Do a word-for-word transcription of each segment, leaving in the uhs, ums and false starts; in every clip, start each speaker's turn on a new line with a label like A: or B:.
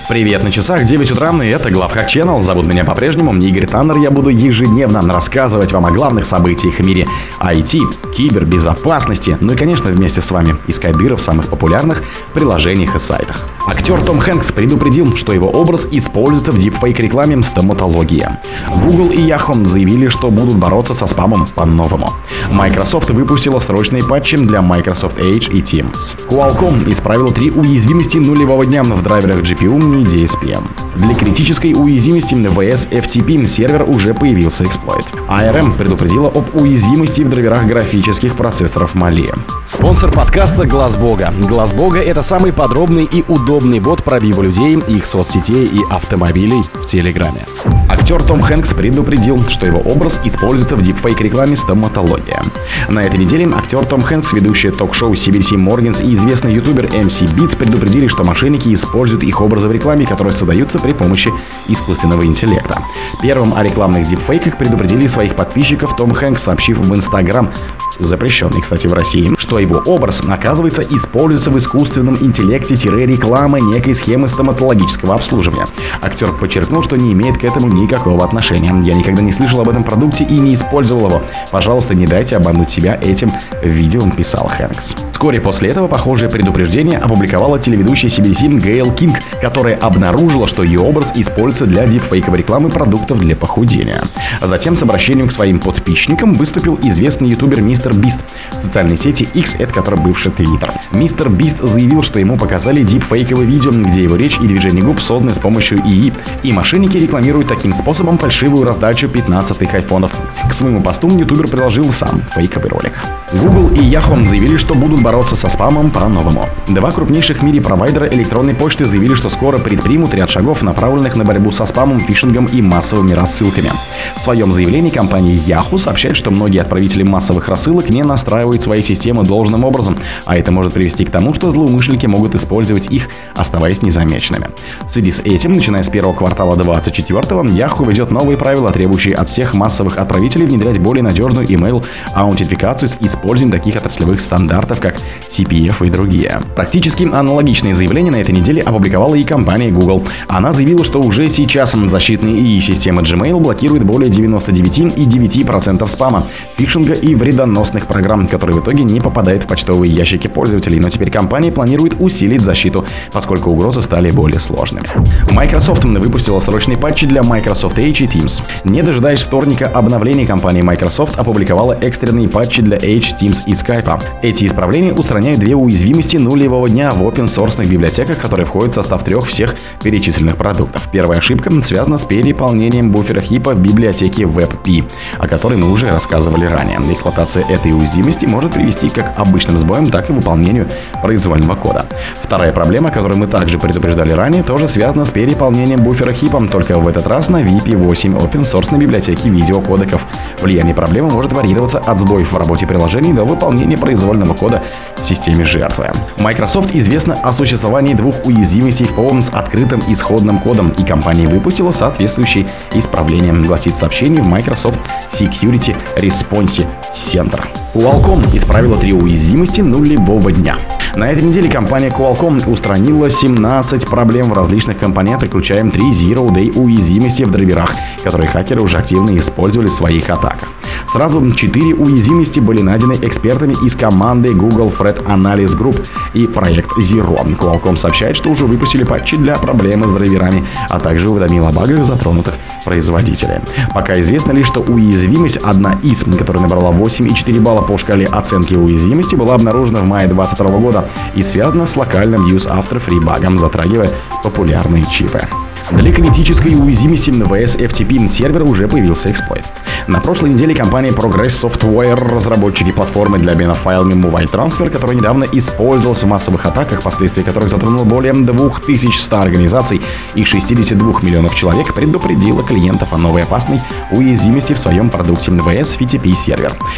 A: Привет, на часах девять утра, и это Главхак Channel. Зовут меня по-прежнему Игорь Таннер. Я буду ежедневно рассказывать вам о главных событиях в мире ай ти, кибербезопасности, ну и, конечно, вместе с вами искать дыры в самых популярных приложениях и сайтах. Актер Том Хэнкс предупредил, что его образ используется в дипфейк-рекламе стоматологии. Google и Yahoo заявили, что будут бороться со спамом по-новому. Microsoft выпустила срочные патчи для Microsoft Edge и Teams. Qualcomm исправил три уязвимости нулевого дня в драйверах джи пи ю и ди эс пи. Для критической уязвимости в ви эс эф ти пи сервер уже появился эксплойт. эй ар эм предупредила об уязвимости в драйверах графических процессоров Mali. Спонсор подкаста Глаз Бога. Глаз Бога — это самый подробный и удобный бот пробива людей, их соцсетей и автомобилей в Телеграме. Актер Том Хэнкс предупредил, что его образ используется в дипфейк-рекламе стоматология. На этой неделе актер Том Хэнкс, ведущая ток-шоу си би си Mornings и известный ютубер эм си Beats предупредили, что мошенники используют их образы в рекламе, которые создаются при помощи искусственного интеллекта. Первым о рекламных дипфейках предупредили своих подписчиков Том Хэнкс, сообщив в Инстаграм, запрещенный, кстати, в России, что его образ, оказывается, используется в искусственном интеллекте-реклама некой схемы стоматологического обслуживания. Актер подчеркнул, что не имеет к этому никакого отношения. «Я никогда не слышал об этом продукте и не использовал его. Пожалуйста, не дайте обмануть себя этим видео», — писал Хэнкс. Вскоре после этого похожее предупреждение опубликовала телеведущая си би си Гейл Кинг, которая обнаружила, что ее образ используется для дипфейковой рекламы продуктов для похудения. Затем с обращением к своим подписчикам выступил известный ютубер Мистер Бист в социальной сети X, это который бывший Твиттер. Мистер Бист заявил, что ему показали дипфейковое видео, где его речь и движение губ созданы с помощью ИИ, и мошенники рекламируют таким способом фальшивую раздачу пятнадцатых айфонов. К своему посту ютубер приложил сам фейковый ролик. Google и Yahoo заявили, что будут бороться со спамом по-новому. Два крупнейших в мире провайдера электронной почты заявили, что скоро предпримут ряд шагов, направленных на борьбу со спамом, фишингом и массовыми рассылками. В своем заявлении компания Yahoo сообщает, что многие отправители массовых рассылок не настраивают свои системы должным образом, а это может привести к тому, что злоумышленники могут использовать их, оставаясь незамеченными. В связи с этим, начиная с первого квартала двадцать четвёртого, Yahoo ведет новые правила, требующие от всех массовых отправителей внедрять более надежную email-аутентификацию с использованием таких отраслевых стандартов, как си пи эф и другие. Практически аналогичные заявления на этой неделе опубликовала и компания Google. Она заявила, что уже сейчас защитные ИИ-системы Gmail блокируют более девяносто девять и девять десятых процента спама, фишинга и вредоносных программ, которые в итоге не попадают в почтовые ящики пользователей, но теперь компания планирует усилить защиту, поскольку угрозы стали более сложными. Microsoft выпустила срочные патчи для Microsoft Edge и Teams. Не дожидаясь вторника обновлений, компания Microsoft опубликовала экстренные патчи для Edge, Teams и Skype. Эти исправления устраняют две уязвимости нулевого дня в open-source библиотеках, которые входят в состав трех всех перечисленных продуктов. Первая ошибка связана с переполнением буфера хипа в библиотеке WebP, о которой мы уже рассказывали ранее. Эксплуатация этой уязвимости может привести как к обычным сбоям, так и выполнению произвольного кода. Вторая проблема, которую мы также предупреждали ранее, тоже связана с переполнением буфера хипом, только в этот раз на ви пи восемь open-source библиотеки видеокодеков. Влияние проблемы может варьироваться от сбоев в работе приложений до выполнения произвольного кода в системе жертвы. Microsoft известно о существовании двух уязвимостей в полном с открытым исходным кодом, и компания выпустила соответствующие исправления, гласит сообщение в Microsoft Security Response Center. Qualcomm исправила три уязвимости нулевого дня. На этой неделе компания Qualcomm устранила семнадцать проблем в различных компонентах, включая три Zero Day уязвимости в драйверах, которые хакеры уже активно использовали в своих атаках. Сразу четыре уязвимости были найдены экспертами из команды Google Threat Analysis Group и проект Zero. Qualcomm сообщает, что уже выпустили патчи для проблемы с драйверами, а также уведомил о багах затронутых производителей. Пока известно лишь, что уязвимость одна из, которая набрала восемь и четыре балла по шкале оценки уязвимости, была обнаружена в мае две тысячи двадцать второго года и связана с локальным Use After Free багом, затрагивая популярные чипы. Для критической уязвимости в ви эс эф ти пи сервера уже появился эксплойт. На прошлой неделе компания Progress Software, разработчики платформы для обмена файлами Move Transfer, которая недавно использовалась в массовых атаках, последствия которых затронуло более две тысячи ста организаций и шестьдесят два миллионов человек, предупредила клиентов о новой опасной уязвимости в своем продукте ви эс эф ти пи сервер.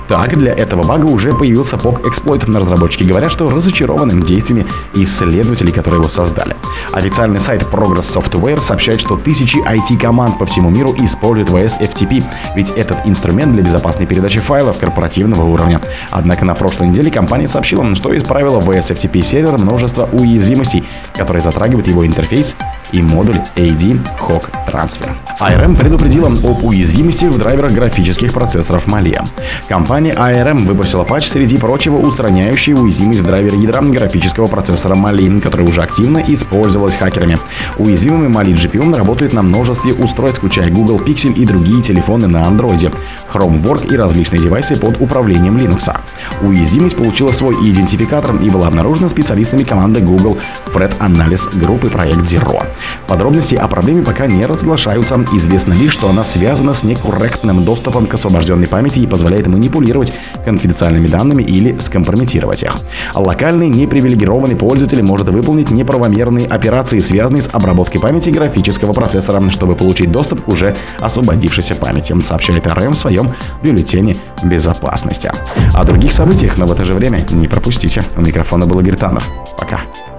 A: Так, для этого бага уже появился пок-эксплойт. Разработчики говорят, что разочарованы действиями исследователей, которые его создали. Официальный сайт Progress Software сообщает, что тысячи ай ти-команд по всему миру используют ви эс эф ти пи, ведь этот инструмент для безопасной передачи файлов корпоративного уровня. Однако на прошлой неделе компания сообщила, что исправила ви эс эф ти пи сервер множество уязвимостей, которые затрагивают его интерфейс и модуль эй ди Hawk Transfer. эй ар эм предупредила об уязвимости в драйверах графических процессоров Mali. Компания эй ар эм выпустила патч, среди прочего устраняющий уязвимость в драйвере ядра графического процессора Mali, который уже активно использовалась хакерами. Уязвимый Mali джи пи ю работает на множестве устройств, включая Google Pixel и другие телефоны на Android, Chromework и различные девайсы под управлением Linux. Уязвимость получила свой идентификатор и была обнаружена специалистами команды Google Threat Analysis группы Project Zero. Подробности о проблеме пока не разглашаются. Известно лишь, что она связана с некорректным доступом к освобожденной памяти и позволяет манипулировать конфиденциальными данными или скомпрометировать их. Локальный непривилегированный пользователь может выполнить неправомерные операции, связанные с обработкой памяти графического процессора, чтобы получить доступ к уже освободившейся памяти, сообщает эй ар эм в своем бюллетене безопасности. О других событиях, но в это же время не пропустите. У микрофона был Игорь Таннер. Пока.